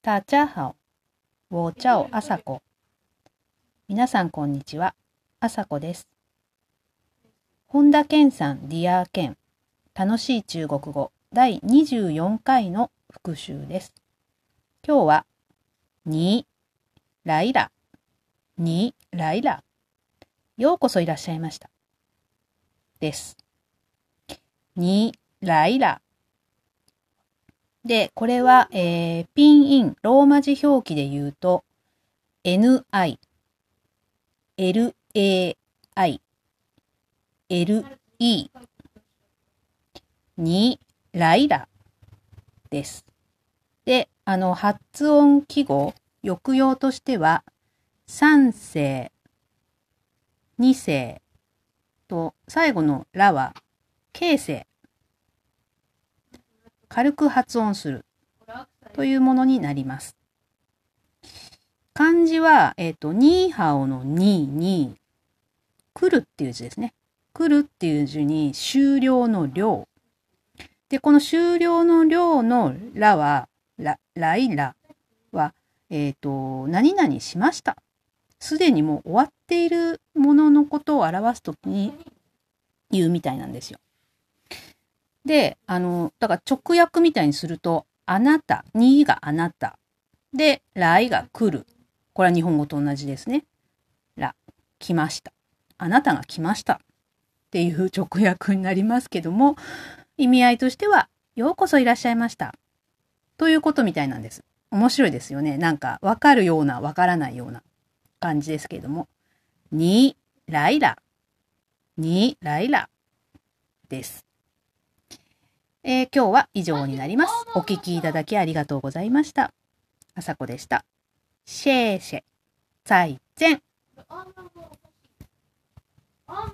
大家好，我叫あさこ。皆さんこんにちは、あさこです。本田健さんディアー健楽しい中国語第24回の復習です。今日はに来らに来らようこそいらっしゃいましたです。に来らで、これは、ピンイン、ローマ字表記で言うと、ni、lai、le、に、ライラです。で、発音記号、抑揚としては、三声、二声と、最後のらは、形声。軽く発音するというものになります。漢字は、ニーハオのニーに、来るっていう字ですね。来るっていう字に終了の了。で、この終了の了のらは、らいらは、何々しました。すでにもう終わっているもののことを表すときに言うみたいなんですよ。で、だから直訳みたいにすると、あなた、にがあなた。で、来が来る。これは日本語と同じですね。来ました。あなたが来ました。っていう直訳になりますけども、意味合いとしては、ようこそいらっしゃいました。ということみたいなんです。面白いですよね。なんか、わかるような、わからないような感じですけれども。に来ら。に来ら。です。今日は以上になります。お聞きいただきありがとうございました。あさこでした。谢谢。再见。